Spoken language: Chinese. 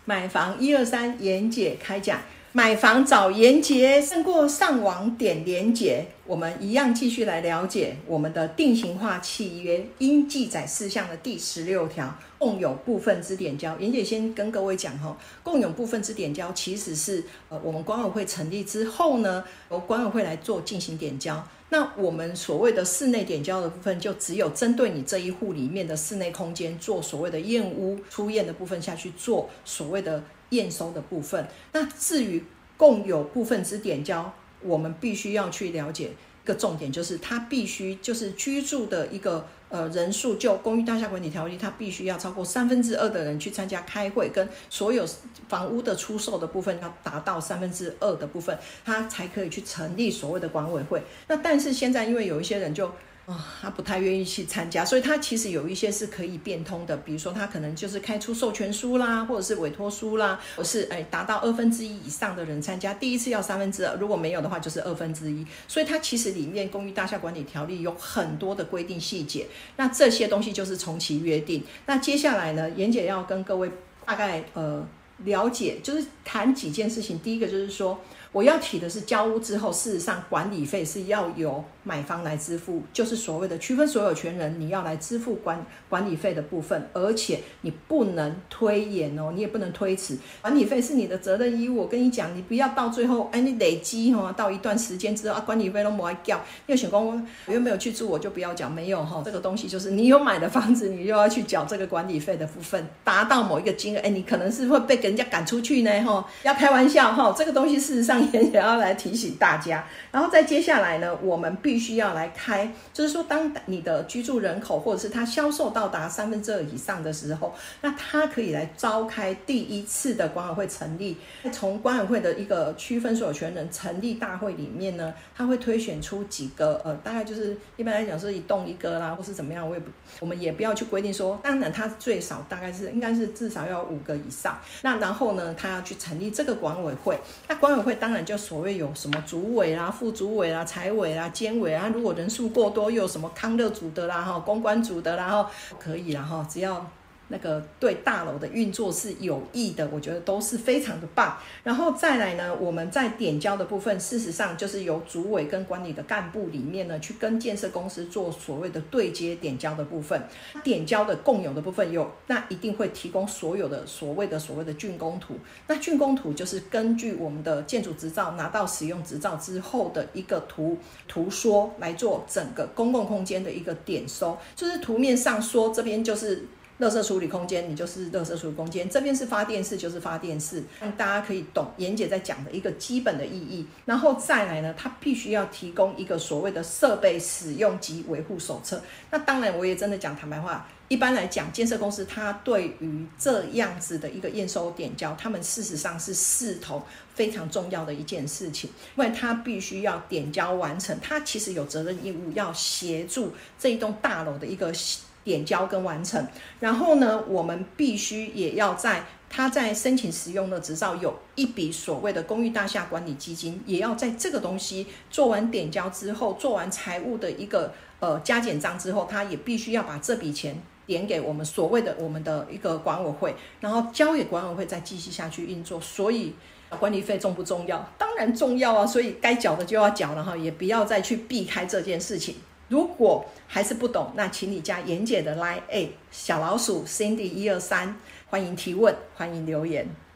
买房123妍姐开讲，买房找妍姐胜过上网点连结。我们一样继续来了解我们的定型化契约应记载事项的第16条，共有部分之点交。妍姐先跟各位讲共有部分之点交其实是我们管委会成立之后呢，由管委会来做进行点交。那我们所谓的室内点交的部分，就只有针对你这一户里面的室内空间做所谓的验屋出验的部分下去做所谓的验收的部分。那至于共有部分之点交，我们必须要去了解一个重点，就是它必须就是居住的一个人数，就公寓大厦管理条例，它必须要超过2/3的人去参加开会，跟所有房屋的出售的部分要达到2/3的部分，它才可以去成立所谓的管委会。那但是现在因为有一些人就他不太愿意去参加，所以他其实有一些是可以变通的，比如说他可能就是开出授权书啦，或者是委托书啦，或是达到1/2以上的人参加，第一次要2/3，如果没有的话就是1/2。所以它其实里面公寓大厦管理条例有很多的规定细节，那这些东西就是从其约定。那接下来呢，妍姐要跟各位大概了解，就是谈几件事情。第一个就是说，我要提的是交屋之后，事实上管理费是要由买方来支付，就是所谓的区分所有权人，你要来支付管理费的部分，而且你不能推延你也不能推迟，管理费是你的责任义务。我跟你讲，你不要到最后你累积到一段时间之后管理费都没要缴，因为想说我又没有去住，我就不要缴，没有这个东西就是你有买的房子，你就要去缴这个管理费的部分，达到某一个金额，你可能是会被人家赶出去呢要开玩笑这个东西事实上也要来提醒大家。然后再接下来呢，我们必须要来开，就是说当你的居住人口或者是他销售到达2/3以上的时候，那他可以来召开第一次的管委会成立。从管委会的一个区分所有权人成立大会里面呢，他会推选出几个大概就是一般来讲是1栋1个啦，或是怎么样，我们也不要去规定说，当然他最少大概是应该是至少要5个以上。那然后呢，他要去成立这个管委会，那管委会当然就所谓有什么主委啦、副主委啦、财委啦、监委啦，如果人数过多，又有什么康乐组的啦、公关组的啦，可以啦，只要那个对大楼的运作是有益的，我觉得都是非常的棒。然后再来呢，我们在点交的部分，事实上就是由主委跟管理的干部里面呢，去跟建设公司做所谓的对接点交的部分。点交的共有的部分那一定会提供所有的所谓的竣工图。那竣工图就是根据我们的建筑执照拿到使用执照之后的一个图说来做整个公共空间的一个点收，就是图面上说这边就是垃圾处理空间，你就是垃圾处理空间，这边是发电室就是发电室，让大家可以懂妍姐在讲的一个基本的意义。然后再来呢，它必须要提供一个所谓的设备使用及维护手册。那当然我也真的讲坦白话，一般来讲建设公司它对于这样子的一个验收点交，他们事实上是视同非常重要的一件事情，因为它必须要点交完成，它其实有责任义务要协助这一栋大楼的一个点交跟完成。然后呢，我们必须也要他在申请使用的执照有一笔所谓的公寓大厦管理基金，也要在这个东西做完点交之后，做完财务的一个加减账之后，他也必须要把这笔钱点给我们所谓的我们的一个管委会，然后交给管委会再继续下去运作。所以管理费重不重要？当然重要啊，所以该缴的就要缴，然后也不要再去避开这件事情。如果还是不懂，那请你加妍姐的 Line@ 小老鼠 Cindy123，欢迎提问，欢迎留言。